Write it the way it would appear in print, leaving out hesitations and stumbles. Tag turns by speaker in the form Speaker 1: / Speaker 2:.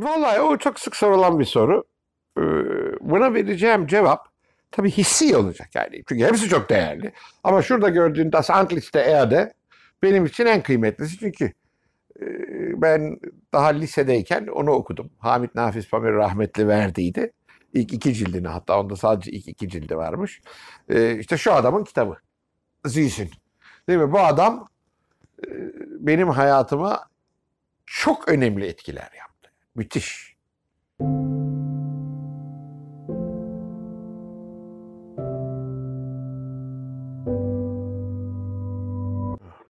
Speaker 1: Vallahi o çok sık sorulan bir soru. Ee, Buna vereceğim cevap tabii hissi olacak yani. Çünkü hepsi çok değerli. Ama şurada gördüğün Das Antlitz der Erde benim için en kıymetlisi. Çünkü ben daha lisedeyken onu okudum. Hamit Nafiz Pamir rahmetli verdiydi. İlk iki cildini, hatta onda sadece ilk iki cildi varmış. İşte şu adamın kitabı. Züysin. Değil mi? Bu adam benim hayatıma çok önemli etkiler yaptı. Müthiş.